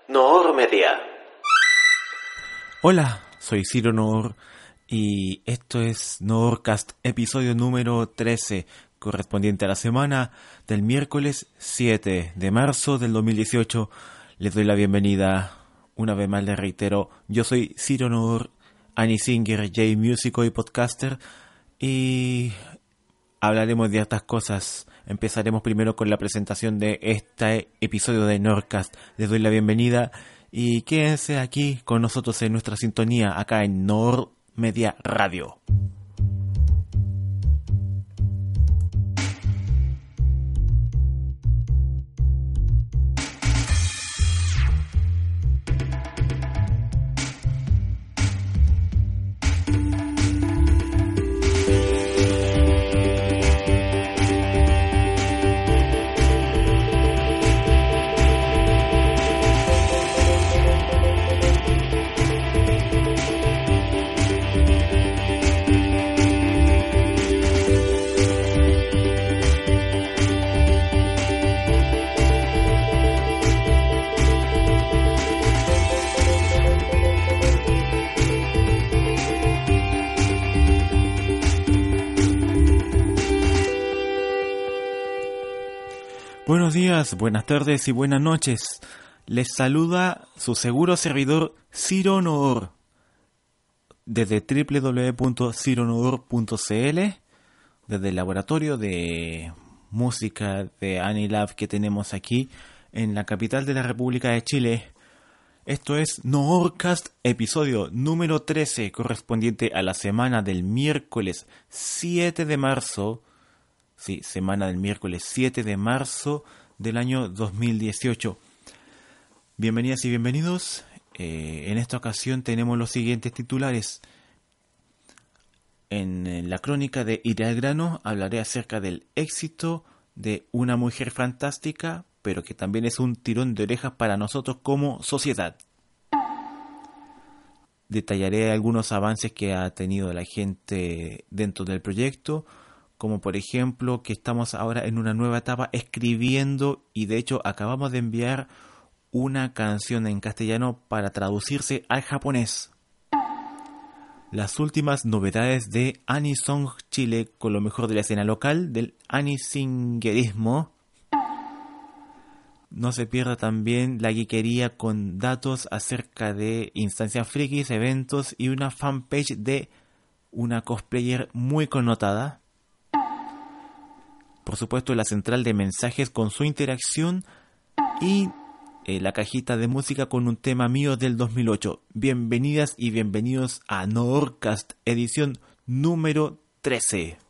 Noor Media. Hola, soy Ciro Noor y esto es Noorcast, episodio número 13, correspondiente a la semana del miércoles 7 de marzo del 2018. Les doy la bienvenida. Una vez más les reitero, yo soy Ciro Noor, Annie Singer, J músico y podcaster, y hablaremos de estas cosas. Empezaremos primero con la presentación de este episodio de Noorcast. Les doy la bienvenida y quédense aquí con nosotros en nuestra sintonía acá en Noor Media Radio. Buenos días, buenas tardes y buenas noches. Les saluda su seguro servidor Ciro Noor desde www.cironoor.cl, desde el laboratorio de música de Anilab que tenemos aquí en la capital de la República de Chile. Esto es Noorcast, episodio número 13, correspondiente a la semana del miércoles 7 de marzo. Sí, semana del miércoles 7 de marzo del año 2018. Bienvenidas y bienvenidos. En esta ocasión tenemos los siguientes titulares. En la crónica de Iré al grano hablaré acerca del éxito de Una mujer fantástica, pero que también es un tirón de orejas para nosotros como sociedad. Detallaré algunos avances que ha tenido la gente dentro del proyecto, como por ejemplo que estamos ahora en una nueva etapa escribiendo y de hecho acabamos de enviar una canción en castellano para traducirse al japonés. Las últimas novedades de Anisong Chile con lo mejor de la escena local del anisingerismo. No se pierda también la geekería con datos acerca de instancias frikis, eventos y una fanpage de una cosplayer muy connotada. Por supuesto, la central de mensajes con su interacción y la cajita de música con un tema mío del 2008. Bienvenidas y bienvenidos a Noorcast, edición número 13.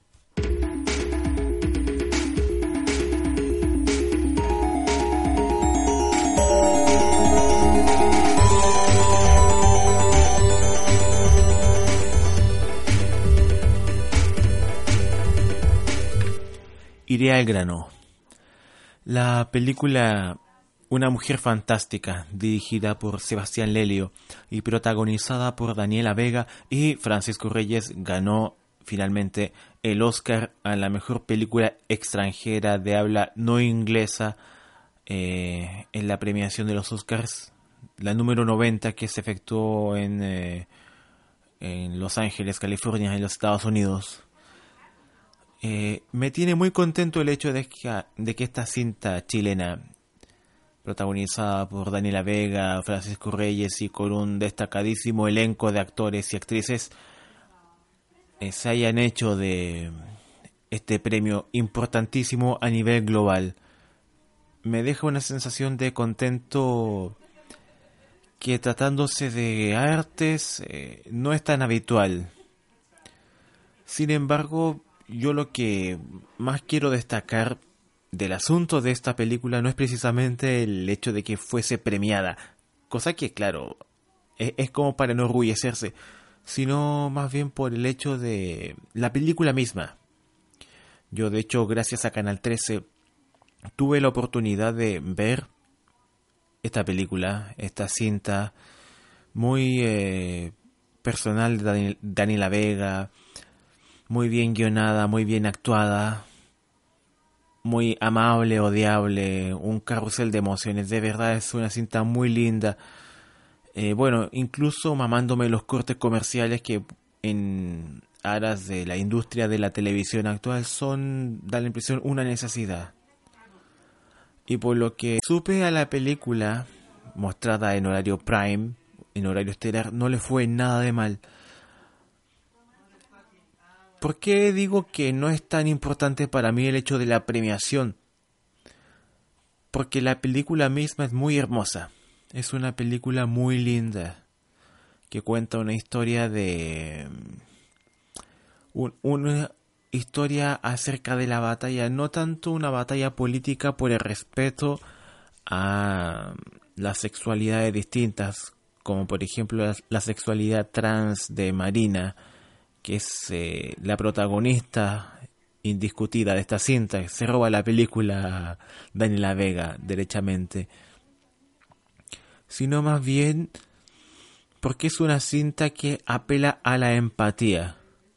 Iré al grano. La película Una mujer fantástica, dirigida por Sebastián Lelio y protagonizada por Daniela Vega y Francisco Reyes, ganó finalmente el Oscar a la mejor película extranjera de habla no inglesa en la premiación de los Oscars, la número 90 que se efectuó en Los Ángeles, California, en los Estados Unidos. Me tiene muy contento el hecho de que esta cinta chilena, protagonizada por Daniela Vega, Francisco Reyes y con un destacadísimo elenco de actores y actrices, se hayan hecho de este premio importantísimo a nivel global. Me deja una sensación de contento que, tratándose de artes, no es tan habitual. Sin embargo, yo lo que más quiero destacar del asunto de esta película no es precisamente el hecho de que fuese premiada, cosa que, claro, es como para enorgullecerse, sino más bien por el hecho de la película misma. Yo, de hecho, gracias a Canal 13, tuve la oportunidad de ver esta película, esta cinta muy personal de Daniela Vega, muy bien guionada, muy bien actuada, muy amable, odiable, un carrusel de emociones. De verdad es una cinta muy linda. Bueno, incluso mamándome los cortes comerciales que en aras de la industria de la televisión actual da la impresión, una necesidad. Y por lo que supe a la película, mostrada en horario prime, en horario estelar, no le fue nada de mal. ¿Por qué digo que no es tan importante para mí el hecho de la premiación? Porque la película misma es muy hermosa. Es una película muy linda que cuenta una historia una historia acerca de la batalla, no tanto una batalla política por el respeto a las sexualidades distintas, como por ejemplo la sexualidad trans de Marina, que es la protagonista indiscutida de esta cinta, que se roba la película Daniela Vega, derechamente, sino más bien porque es una cinta que apela a la empatía.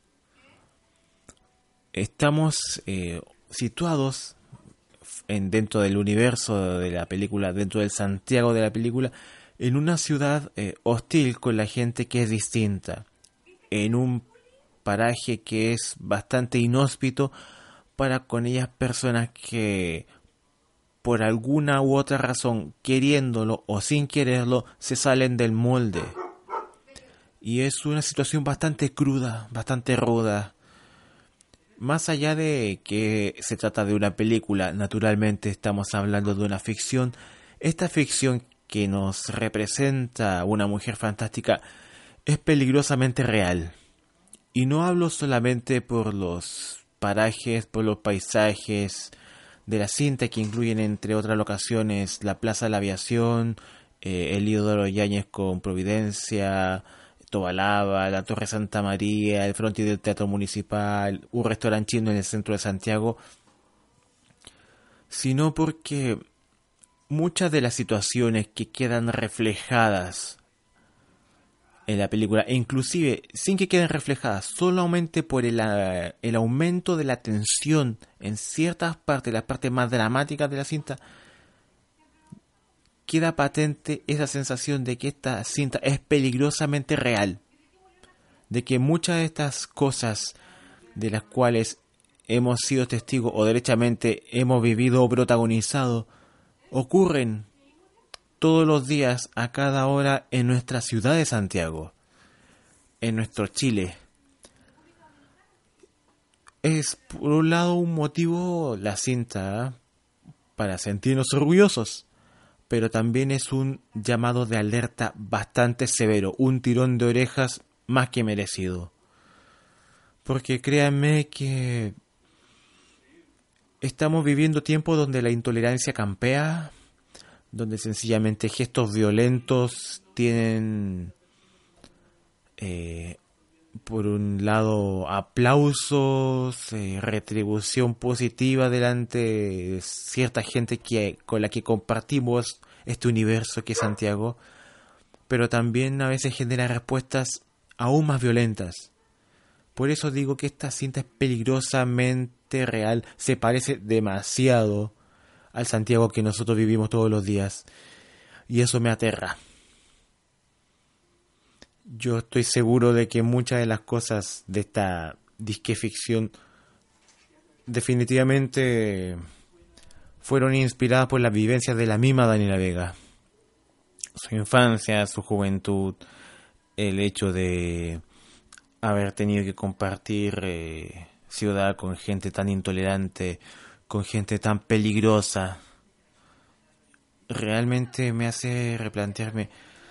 Estamos situados dentro del universo de la película, dentro del Santiago de la película, en una ciudad hostil con la gente que es distinta, en un paraje que es bastante inhóspito para con ellas personas que por alguna u otra razón, queriéndolo o sin quererlo, se salen del molde. Y es una situación bastante cruda, bastante ruda. Más allá de que se trata de una película, naturalmente estamos hablando de una ficción. Esta ficción que nos representa una mujer fantástica es peligrosamente real. Y no hablo solamente por los parajes, por los paisajes de la cinta, que incluyen entre otras locaciones la Plaza de la Aviación, el Ídolo Yáñez con Providencia, Tobalaba, la Torre Santa María, el frontis del Teatro Municipal, un restaurante chino en el centro de Santiago, sino porque muchas de las situaciones que quedan reflejadas en la película, e inclusive sin que queden reflejadas, solamente por el aumento de la tensión en ciertas partes, las partes más dramáticas de la cinta, queda patente esa sensación de que esta cinta es peligrosamente real, de que muchas de estas cosas de las cuales hemos sido testigos o derechamente hemos vivido o protagonizado ocurren todos los días, a cada hora, en nuestra ciudad de Santiago, en nuestro Chile. Es, por un lado, un motivo la cinta para sentirnos orgullosos, pero también es un llamado de alerta bastante severo, un tirón de orejas más que merecido. Porque créanme que estamos viviendo tiempos donde la intolerancia campea, donde sencillamente gestos violentos tienen, por un lado, aplausos, retribución positiva delante de cierta gente con la que compartimos este universo que es Santiago, pero también a veces genera respuestas aún más violentas. Por eso digo que esta cinta es peligrosamente real, se parece demasiado al Santiago que nosotros vivimos todos los días, y eso me aterra. Yo estoy seguro de que muchas de las cosas de esta disque ficción definitivamente fueron inspiradas por las vivencias de la misma Daniela Vega. Su infancia, su juventud, el hecho de haber tenido que compartir ciudad con gente tan intolerante, con gente tan peligrosa, realmente me hace replantearme.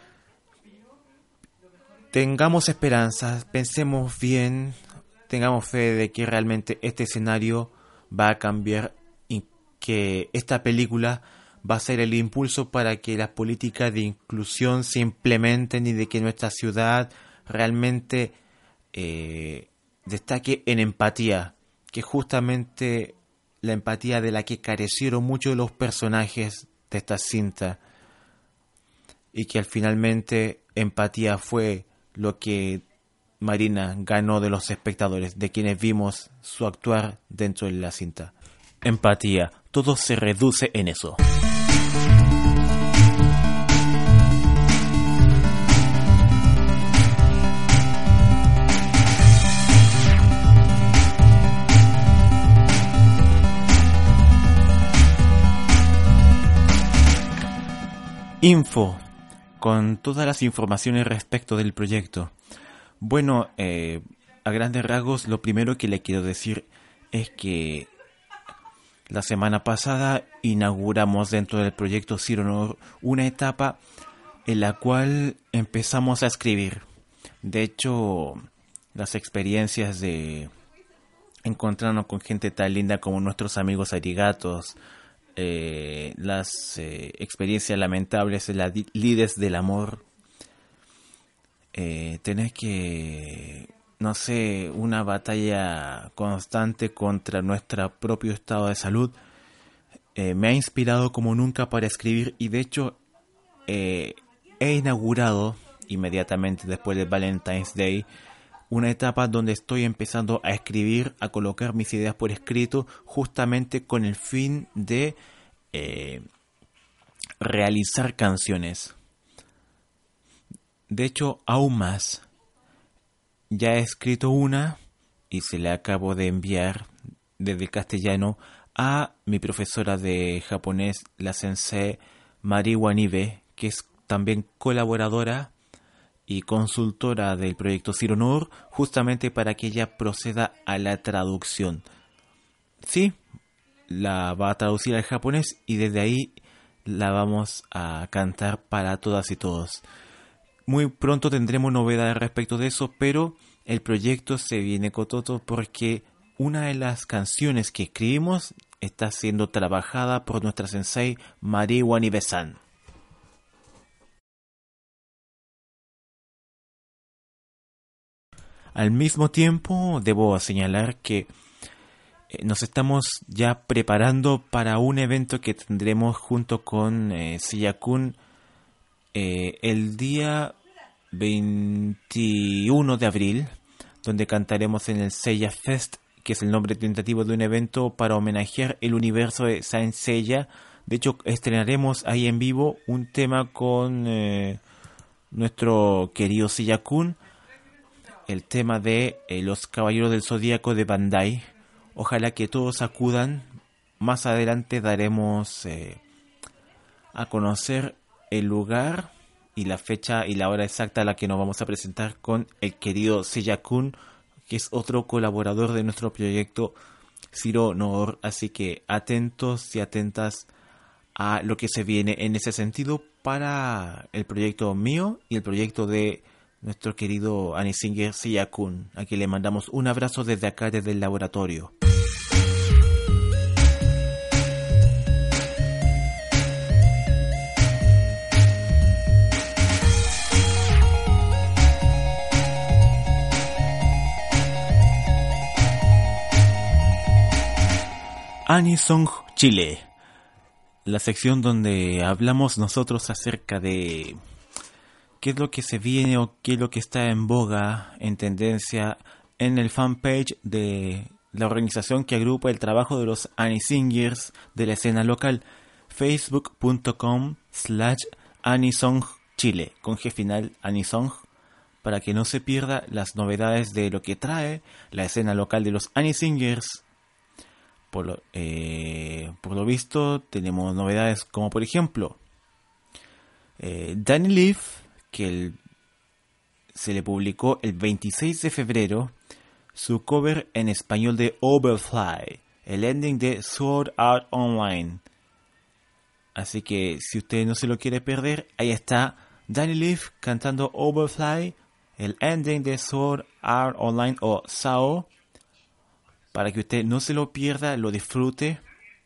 Tengamos esperanzas, pensemos bien, tengamos fe de que realmente este escenario va a cambiar y que esta película va a ser el impulso para que las políticas de inclusión se implementen y de que nuestra ciudad realmente destaque en empatía, que justamente la empatía de la que carecieron muchos de los personajes de esta cinta, y que al finalmente empatía fue lo que Marina ganó de los espectadores, de quienes vimos su actuar dentro de la cinta. Empatía. todo se reduce en eso. Info, con todas las informaciones respecto del proyecto. Bueno, a grandes rasgos, lo primero que le quiero decir es que la semana pasada inauguramos dentro del proyecto Zero Honor una etapa en la cual empezamos a escribir. De hecho, las experiencias de encontrarnos con gente tan linda como nuestros amigos arigatos, las experiencias lamentables de las líderes del amor, tener que, no sé, una batalla constante contra nuestro propio estado de salud, me ha inspirado como nunca para escribir, y de hecho he inaugurado inmediatamente después del Valentine's Day una etapa donde estoy empezando a escribir, a colocar mis ideas por escrito, justamente con el fin de realizar canciones. De hecho, aún más, ya he escrito una y se la acabo de enviar desde el castellano a mi profesora de japonés, la sensei Mari Wanibe, que es también colaboradora y consultora del proyecto Zero Honor, justamente para que ella proceda a la traducción. Sí, la va a traducir al japonés y desde ahí la vamos a cantar para todas y todos. Muy pronto tendremos novedades respecto de eso, pero el proyecto se viene cototo porque una de las canciones que escribimos está siendo trabajada por nuestra sensei Mari Wanibe-san. Al mismo tiempo, debo señalar que nos estamos ya preparando para un evento que tendremos junto con Seiya-kun el día 21 de abril, donde cantaremos en el Seiya Fest, que es el nombre tentativo de un evento para homenajear el universo de Saint Seiya. De hecho, estrenaremos ahí en vivo un tema con nuestro querido Seiya-kun, el tema de Los Caballeros del Zodíaco de Bandai. Ojalá que todos acudan. Más adelante daremos a conocer el lugar y la fecha y la hora exacta a la que nos vamos a presentar con el querido Seiya-kun, que es otro colaborador de nuestro proyecto Zero Honor. Así que atentos y atentas a lo que se viene en ese sentido para el proyecto mío y el proyecto de nuestro querido Anisinger Seiya-kun, a quien le mandamos un abrazo desde acá, desde el laboratorio. Anisong Chile, la sección donde hablamos nosotros acerca de qué es lo que se viene o qué es lo que está en boga, en tendencia, en el fanpage de la organización que agrupa el trabajo de los Anisingers de la escena local, facebook.com/anisongchile, con G final Anisong, para que no se pierda las novedades de lo que trae la escena local de los Anisingers. Por lo visto tenemos novedades como por ejemplo Danny Leaf, que se le publicó el 26 de febrero su cover en español de Overfly, el ending de Sword Art Online. Así que si usted no se lo quiere perder, ahí está Danny Leaf cantando Overfly, el ending de Sword Art Online o SAO, para que usted no se lo pierda, lo disfrute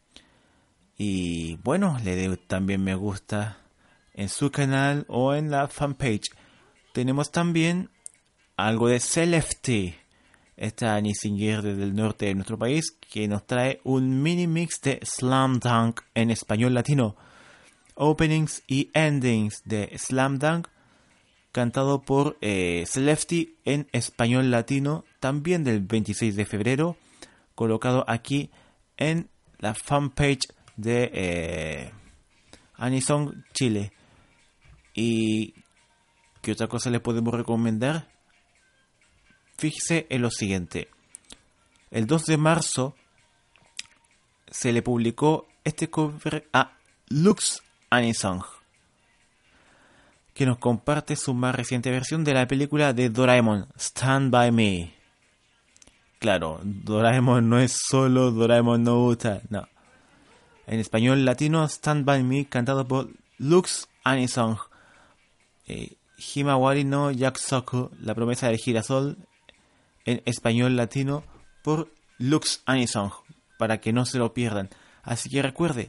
y bueno, le dé también me gusta en su canal o en la fanpage. Tenemos también algo de Celefty, esta Anisinger del norte de nuestro país, que nos trae un mini mix de Slam Dunk en español latino, openings y endings de Slam Dunk, cantado por Celefty en español latino, también del 26 de febrero, colocado aquí en la fanpage de Anisong Chile. ¿Y qué otra cosa le podemos recomendar? Fíjese en lo siguiente. El 2 de marzo se le publicó este cover a Lux Anisong, que nos comparte su más reciente versión de la película de Doraemon, Stand By Me. Claro, Doraemon no es solo Doraemon no Uta, no. En español latino, Stand By Me, cantado por Lux Anisong. Himawari no Yakusoku, la promesa del girasol, en español latino, por Lux Anisong, para que no se lo pierdan. Así que recuerde,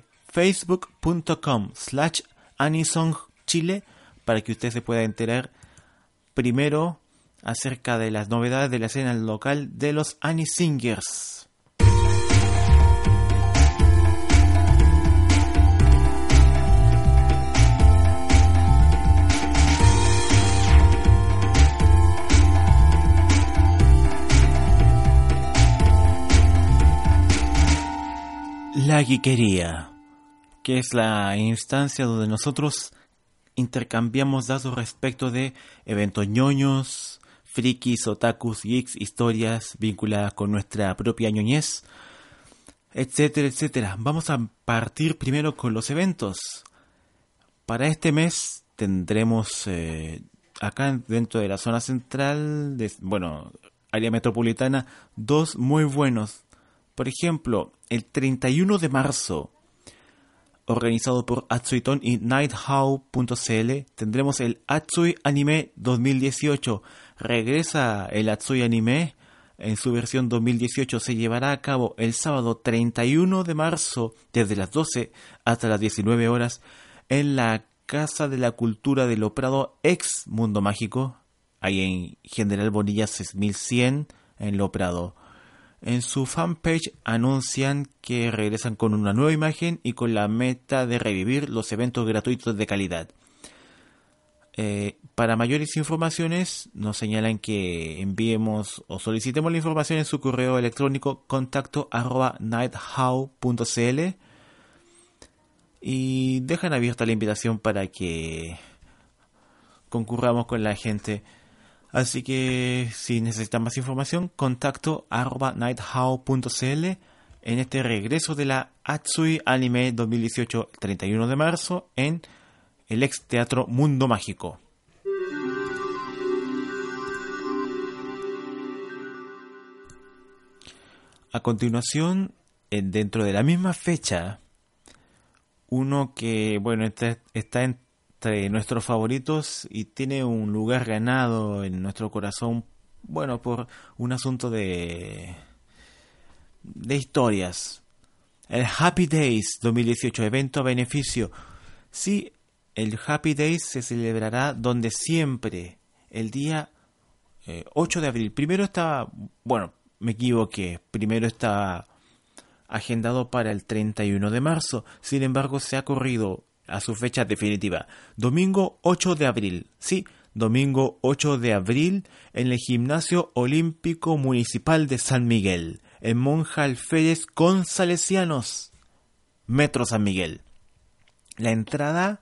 facebook.com/AnisongChile, para que usted se pueda enterar primero acerca de las novedades de la escena local de los Anisingers. La Geekería, que es la instancia donde nosotros intercambiamos datos respecto de eventos ñoños, frikis, otakus, geeks, historias vinculadas con nuestra propia ñoñez, etcétera, etcétera. Vamos a partir primero con los eventos. Para este mes tendremos acá dentro de la zona central, área metropolitana, dos muy buenos. Por ejemplo, el 31 de marzo, organizado por Atsuiton y Nighthawk.cl, tendremos el Atsui Anime 2018. Regresa el Atsui Anime en su versión 2018. Se llevará a cabo el sábado 31 de marzo desde las 12 hasta las 19 horas en la Casa de la Cultura de Loprado, ex Mundo Mágico, ahí en General Bonilla 6100 en Loprado. En su fanpage anuncian que regresan con una nueva imagen y con la meta de revivir los eventos gratuitos de calidad. Para mayores informaciones nos señalan que enviemos o solicitemos la información en su correo electrónico contacto@nighthawk.cl y dejan abierta la invitación para que concurramos con la gente. Así que si necesitan más información, contacto@nighthawk.cl en este regreso de la Atsui Anime 2018, 31 de marzo, en el ex Teatro Mundo Mágico. A continuación, dentro de la misma fecha, uno que, está entre nuestros favoritos y tiene un lugar ganado en nuestro corazón, por un asunto de historias. El Happy Days 2018, evento a beneficio. Sí, el Happy Days se celebrará donde siempre, el día 8 de abril. Primero estaba, me equivoqué, primero estaba agendado para el 31 de marzo. Sin embargo, se ha corrido a su fecha definitiva. Domingo 8 de abril. Sí, domingo 8 de abril en el Gimnasio Olímpico Municipal de San Miguel, en Monja Alférez con Salesianos, Metro San Miguel. La entrada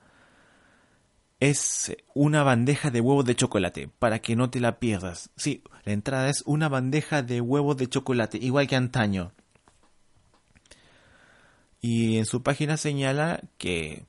es una bandeja de huevos de chocolate, para que no te la pierdas. Sí, la entrada es una bandeja de huevos de chocolate, igual que antaño. Y en su página señala que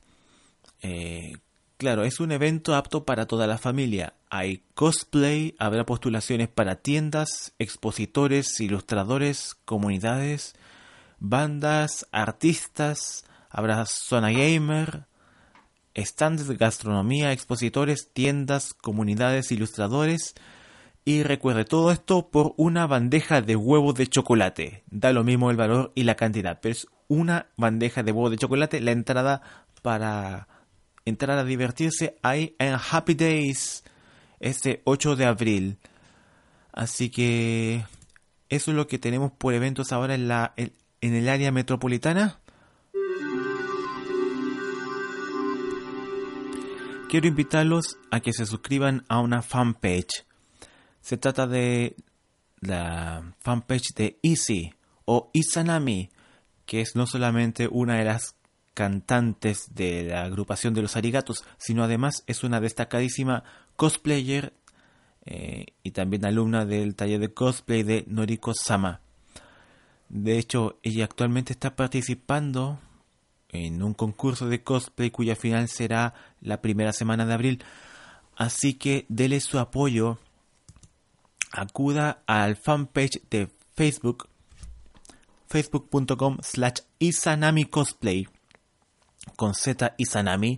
es un evento apto para toda la familia. Hay cosplay, habrá postulaciones para tiendas, expositores, ilustradores, comunidades, bandas, artistas, habrá zona gamer, stands de gastronomía, expositores, tiendas, comunidades, ilustradores. Y recuerde, todo esto por una bandeja de huevos de chocolate. Da lo mismo el valor y la cantidad, pero es una bandeja de huevos de chocolate. La entrada para entrar a divertirse ahí en Happy Days este 8 de abril. Así que eso es lo que tenemos por eventos ahora en el área metropolitana. Quiero invitarlos a que se suscriban a una fanpage. Se trata de la fanpage de Easy o Izanami, que es no solamente una de las cantantes de la agrupación de los Arigatos, sino además es una destacadísima cosplayer y también alumna del taller de cosplay de Noriko Sama. De hecho, ella actualmente está participando en un concurso de cosplay cuya final será la primera semana de abril. Así que dele su apoyo. Acuda al fanpage de Facebook, facebook.com/izanami-cosplay, con Z Izanami,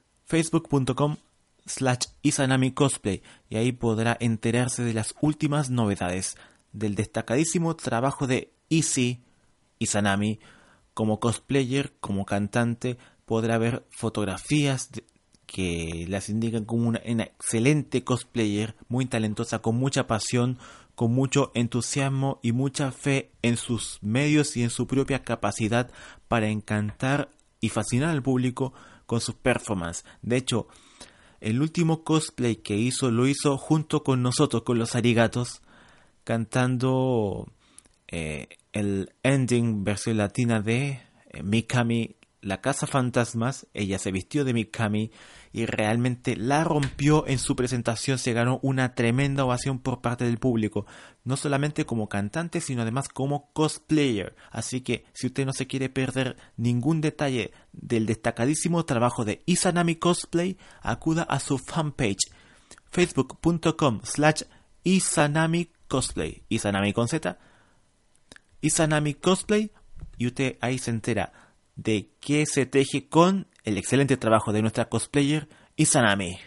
facebook.com/izanami-cosplay, y ahí podrá enterarse de las últimas novedades del destacadísimo trabajo de Izanami como cosplayer, como cantante. Podrá ver fotografías que las indican como una excelente cosplayer, muy talentosa, con mucha pasión, con mucho entusiasmo y mucha fe en sus medios y en su propia capacidad para encantar y fascinar al público con sus performances. De hecho, el último cosplay que hizo lo hizo junto con nosotros, con los Arigatos, cantando el ending versión latina de Mikami, la Casa Fantasmas. Ella se vistió de Mikami y realmente la rompió en su presentación. Se ganó una tremenda ovación por parte del público, no solamente como cantante, sino además como cosplayer. Así que si usted no se quiere perder ningún detalle del destacadísimo trabajo de Izanami Cosplay, acuda a su fanpage facebook.com/Izanami Cosplay, Izanami con Z, Izanami Cosplay, y usted ahí se entera de qué se teje con el excelente trabajo de nuestra cosplayer Izanami.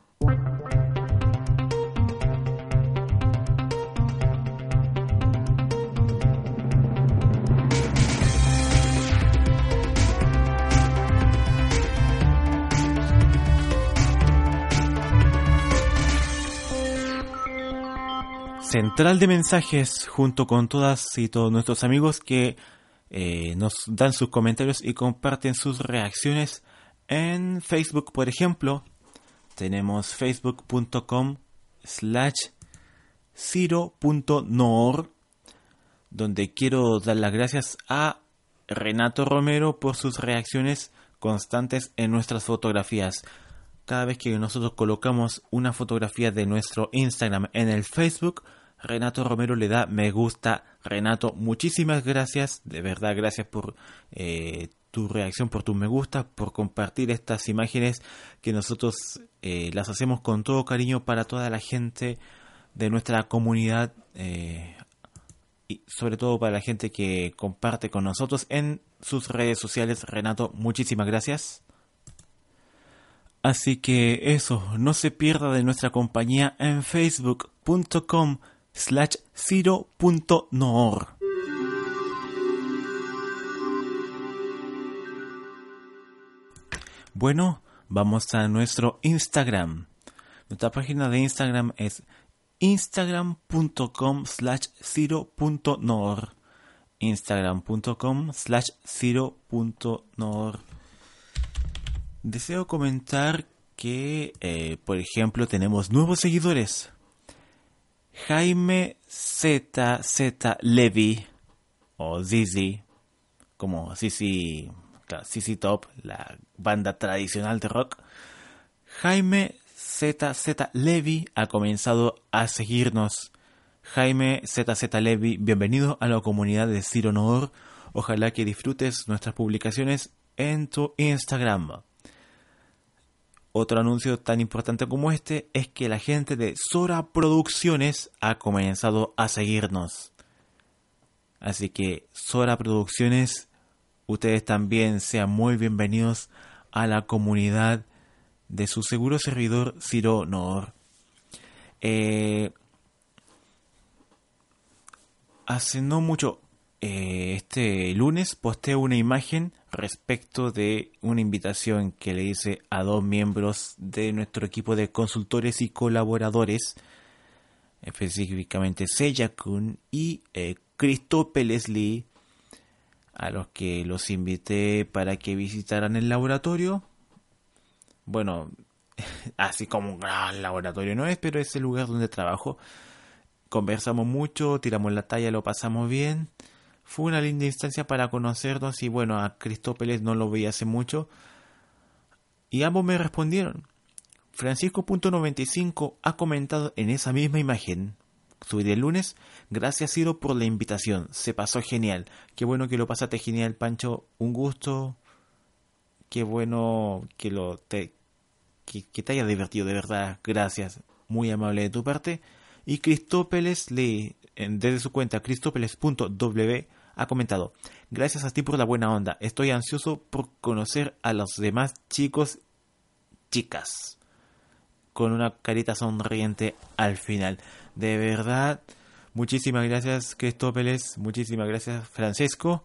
Central de mensajes, junto con todas y todos nuestros amigos que nos dan sus comentarios y comparten sus reacciones en Facebook. Por ejemplo, tenemos facebook.com/zero.noor, donde quiero dar las gracias a Renato Romero por sus reacciones constantes en nuestras fotografías. Cada vez que nosotros colocamos una fotografía de nuestro Instagram en el Facebook, Renato Romero le da me gusta. Renato, muchísimas gracias, de verdad, gracias por tu reacción, por tu me gusta, por compartir estas imágenes que nosotros las hacemos con todo cariño para toda la gente de nuestra comunidad, y sobre todo para la gente que comparte con nosotros en sus redes sociales. Renato, muchísimas gracias. Así que eso, no se pierda de nuestra compañía en facebook.com/zero.noor. Bueno, vamos a nuestro Instagram. Nuestra página de Instagram es instagram.com/zero.noor. instagram.com/zero.noor. Deseo comentar que, por ejemplo, tenemos nuevos seguidores. Jaime ZZ Levy, o ZZ, como ZZ Top, la banda tradicional de rock. Jaime ZZ Levy ha comenzado a seguirnos. Jaime ZZ Levy, bienvenido a la comunidad de Zero Noor. Ojalá que disfrutes nuestras publicaciones en tu Instagram. Otro anuncio tan importante como este es que la gente de Sora Producciones ha comenzado a seguirnos. Así que Sora Producciones, ustedes también sean muy bienvenidos a la comunidad de su seguro servidor Zero Noor. Hace no mucho, este lunes posteé una imagen respecto de una invitación que le hice a 2 miembros de nuestro equipo de consultores y colaboradores, específicamente Seiya-kun y Christophe Leslie, a los que los invité para que visitaran el laboratorio. Bueno, así como un gran laboratorio no es, pero es el lugar donde trabajo. Conversamos mucho, tiramos la talla, lo pasamos bien. Fue una linda instancia para conocernos y bueno, a Cristópeles no lo veía hace mucho. Y ambos me respondieron. Francisco.95 ha comentado en esa misma imagen. Subí el lunes. Gracias, Ciro, por la invitación. Se pasó genial. Qué bueno que lo pasaste genial, Pancho. Un gusto. Qué bueno que que te haya divertido, de verdad. Gracias. Muy amable de tu parte. Y Cristópeles desde su cuenta cristópeles.w ha comentado: gracias a ti por la buena onda. Estoy ansioso por conocer a los demás chicos, chicas. Con una carita sonriente al final. De verdad, muchísimas gracias, Cristópeles. Muchísimas gracias, Francesco.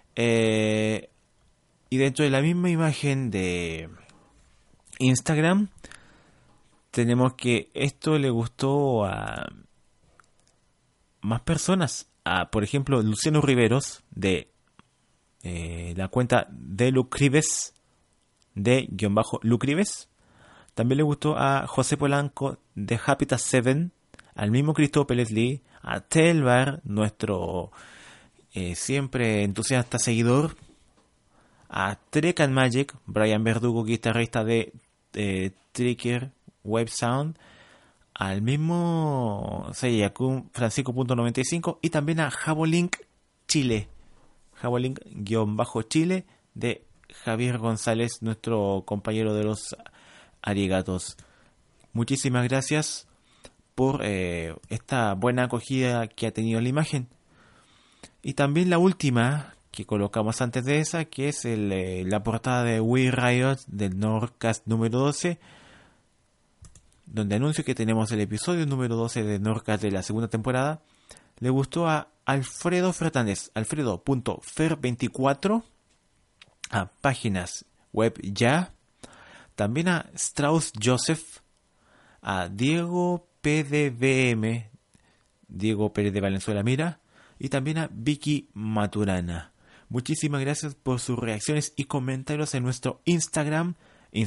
Y dentro de la misma imagen de Instagram, tenemos que esto le gustó a más personas. Por ejemplo, Luciano Riveros, de la cuenta de Lucrives, de-Lucrives. También le gustó a José Polanco, de Habitat 7, al mismo Cristópeles Lee, a Telvar, nuestro siempre entusiasta seguidor, a Trek and Magic, Brian Verdugo, guitarrista de Tricker Web Sound, al mismo Seyakun Francisco.95 y también a Jabolink Chile, Jabolink-Chile, de Javier González, nuestro compañero de los arigatos. Muchísimas gracias por esta buena acogida que ha tenido la imagen. Y también la última que colocamos antes de esa, que es la portada de We Riot del Nordcast número 12, donde anuncio que tenemos el episodio número 12 de Nordcast de la segunda temporada. Le gustó a Alfredo Fernández, alfredo.fer24, a páginas web ya. También a Strauss Joseph, a Diego PDVM, Diego Pérez de Valenzuela Mira, y también a Vicky Maturana. Muchísimas gracias por sus reacciones y comentarios en nuestro Instagram,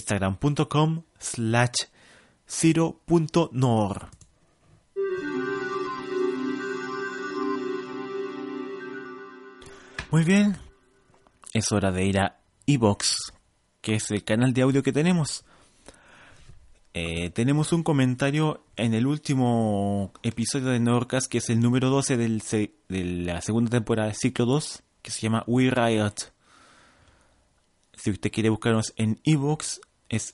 instagram.com/ciro.nor. Muy bien, es hora de ir a iVoox, que es el canal de audio que tenemos. Tenemos un comentario en el último episodio de Nordcast, que es el número 12 de la segunda temporada de ciclo 2, que se llama We Riot. Si usted quiere buscarnos en iVoox, es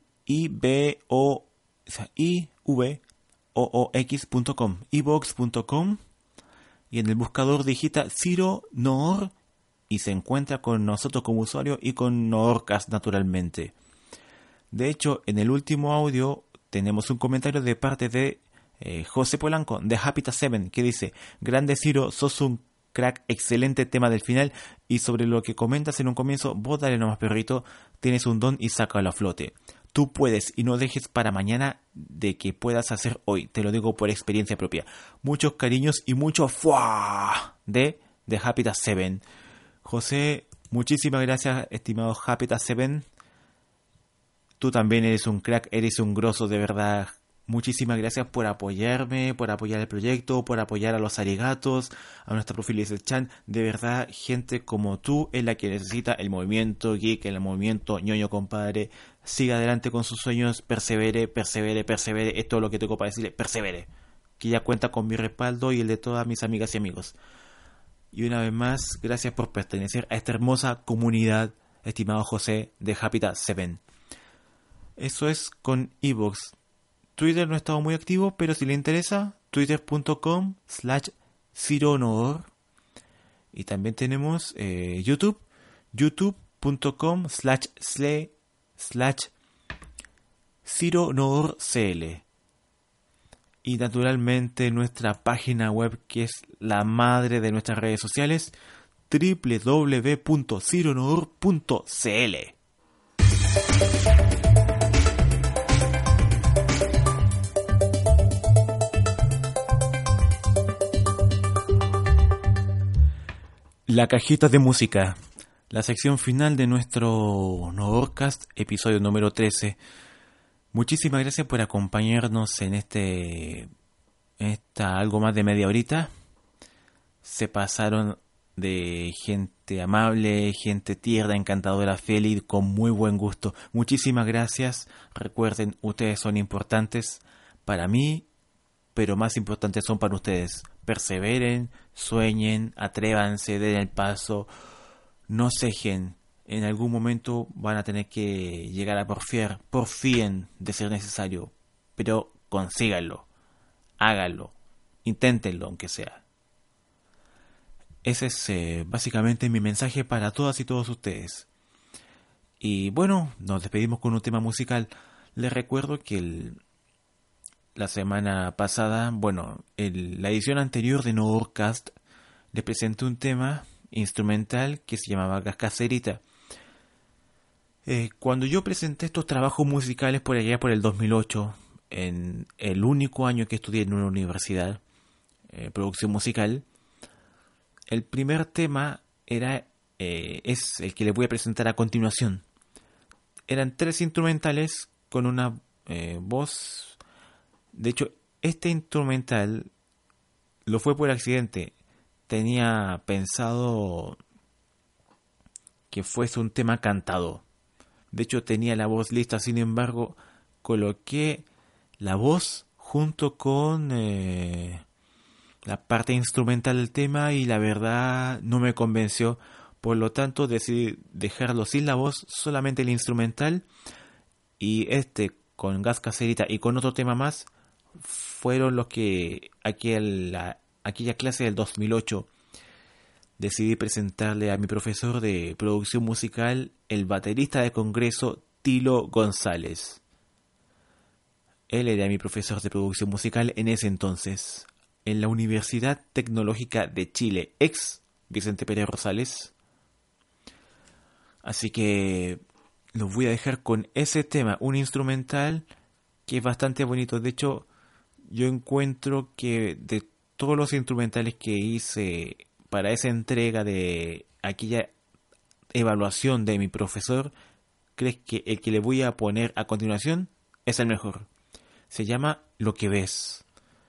ivoox.com, iVoox.com, y en el buscador digita Ciro Noor y se encuentra con nosotros como usuario y con Nordcast naturalmente. De hecho, en el último audio tenemos un comentario de parte de José Polanco, de Habitat 7, que dice: grande Ciro, sos un crack, excelente tema del final, y sobre lo que comentas en un comienzo, vos dale nomás, perrito, tienes un don y sácalo a flote. Tú puedes y no dejes para mañana de que puedas hacer hoy, te lo digo por experiencia propia. Muchos cariños y mucho fuá de Habitat 7. José, muchísimas gracias, estimado Habitat 7. Tú también eres un crack, eres un grosso, de verdad. Muchísimas gracias por apoyarme, por apoyar el proyecto, por apoyar a los arigatos, a nuestra profil de Chan. De verdad, gente como tú es la que necesita el movimiento geek, el movimiento ñoño, compadre. Siga adelante con sus sueños, persevere, persevere, persevere. Es todo lo que tengo para decirle, persevere. Que ya cuenta con mi respaldo y el de todas mis amigas y amigos. Y una vez más, gracias por pertenecer a esta hermosa comunidad, estimado José, de Habitat 7. Eso es con iVoox. Twitter no he estado muy activo, pero si le interesa, twitter.com/cironoor. Y también tenemos YouTube, youtube.com/cironoorcl. Y naturalmente nuestra página web, que es la madre de nuestras redes sociales, www.cironoor.cl. La cajita de música, la sección final de nuestro Nordcast, episodio número 13. Muchísimas gracias por acompañarnos en esta algo más de media horita. Se pasaron de gente amable, gente tierna, encantadora, feliz, con muy buen gusto. Muchísimas gracias. Recuerden, ustedes son importantes para mí, pero más importantes son para ustedes. Perseveren, sueñen, atrévanse, den el paso, no cejen. En algún momento van a tener que llegar a porfíen de ser necesario, pero consíganlo, háganlo, inténtenlo aunque sea. Ese es básicamente mi mensaje para todas y todos ustedes. Y bueno, nos despedimos con un tema musical. Les recuerdo que la semana pasada, la edición anterior de Nordcast, les presenté un tema instrumental que se llamaba Cascacerita. Cuando yo presenté estos trabajos musicales por allá por el 2008, en el único año que estudié en una universidad, producción musical, el primer tema es el que les voy a presentar a continuación. Eran 3 instrumentales con una voz. De hecho, este instrumental lo fue por accidente. Tenía pensado que fuese un tema cantado. De hecho, tenía la voz lista, sin embargo, coloqué la voz junto con la parte instrumental del tema y la verdad no me convenció. Por lo tanto, decidí dejarlo sin la voz, solamente el instrumental. Y con Cascacerita y con otro tema más, fueron los que aquella clase del 2008 decidí presentarle a mi profesor de producción musical, el baterista de Congreso, Tilo González. Él era mi profesor de producción musical en ese entonces, en la Universidad Tecnológica de Chile, ex Vicente Pérez Rosales. Así que los voy a dejar con ese tema, un instrumental que es bastante bonito. De hecho, yo encuentro que de todos los instrumentales que hice para esa entrega de aquella evaluación de mi profesor, creo que el que le voy a poner a continuación es el mejor. Se llama Lo que ves.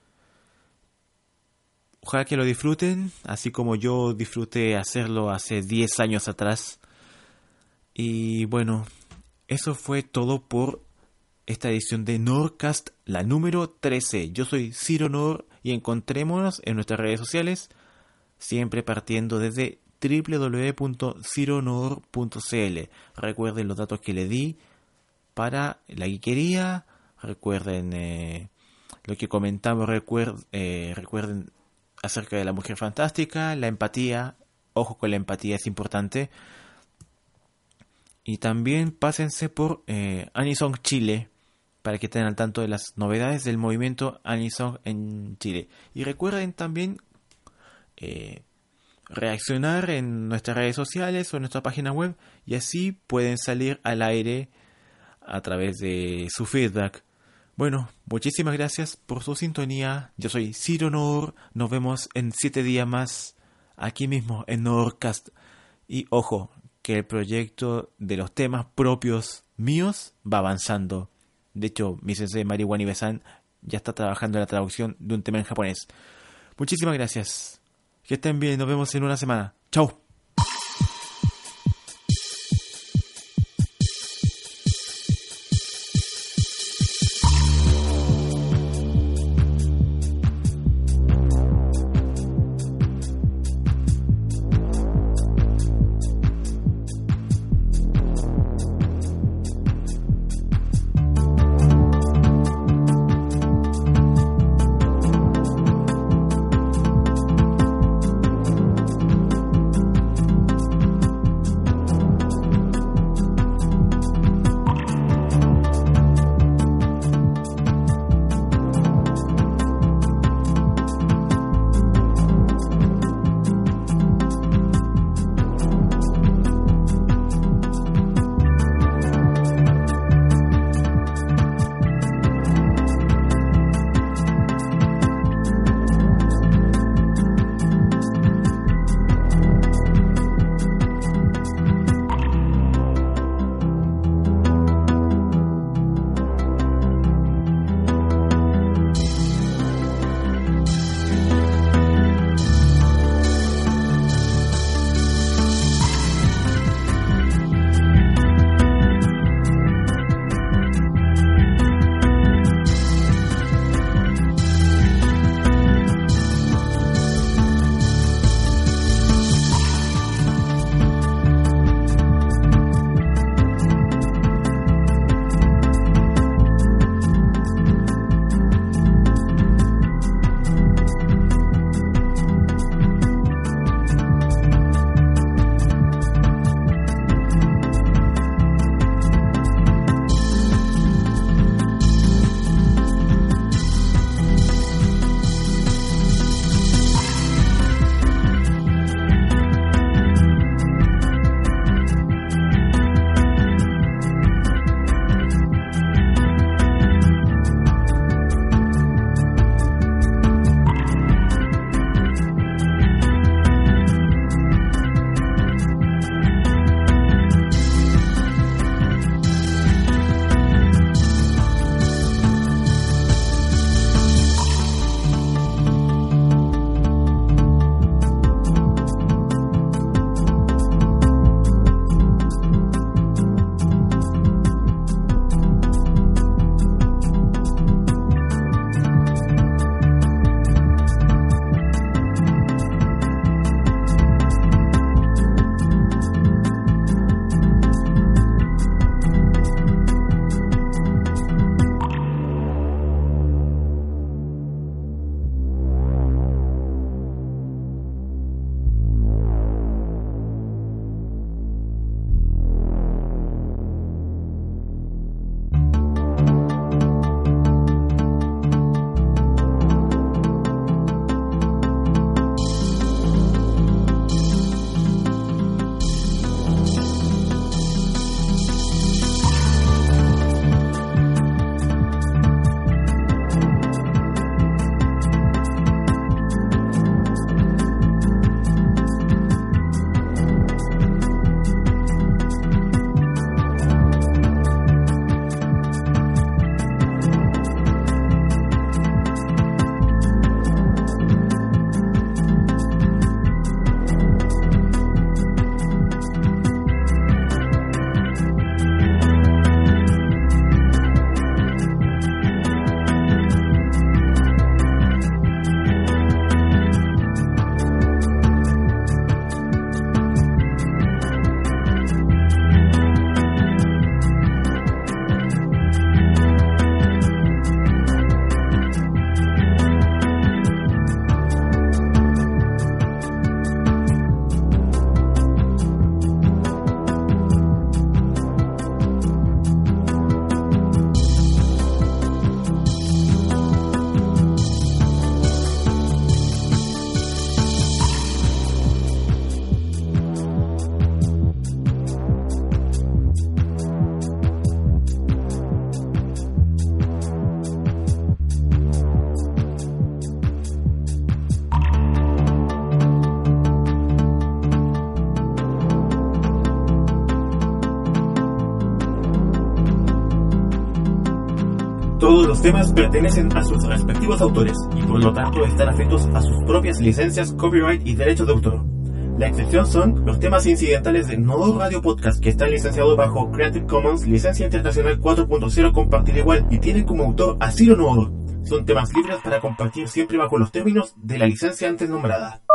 Ojalá que lo disfruten, así como yo disfruté hacerlo hace 10 años atrás. Y bueno, eso fue todo por esta edición de Nordcast, la número 13. Yo soy Ciro Nord y encontrémonos en nuestras redes sociales, siempre partiendo desde www.cironor.cl. Recuerden los datos que le di para la guiquería. Recuerden lo que comentamos. Recuerden acerca de la mujer fantástica, la empatía. Ojo con la empatía, es importante. Y también pásense por Anisong Chile para que estén al tanto de las novedades del movimiento Anisong en Chile. Y recuerden también reaccionar en nuestras redes sociales o en nuestra página web, y así pueden salir al aire a través de su feedback. Bueno, muchísimas gracias por su sintonía. Yo soy Ciro Nord. Nos vemos en 7 días más aquí mismo en Nordcast. Y ojo, que el proyecto de los temas propios míos va avanzando. De hecho, mi sensei Mari Wanibe-san ya está trabajando en la traducción de un tema en japonés. Muchísimas gracias. Que estén bien, nos vemos en una semana. ¡Chao! Todos los temas pertenecen a sus respectivos autores y por lo tanto están afectos a sus propias licencias, copyright y derechos de autor. La excepción son los temas incidentales de Nodo Radio Podcast, que están licenciados bajo Creative Commons Licencia Internacional 4.0 Compartir Igual y tienen como autor a Ciro Nodo. Son temas libres para compartir siempre bajo los términos de la licencia antes nombrada.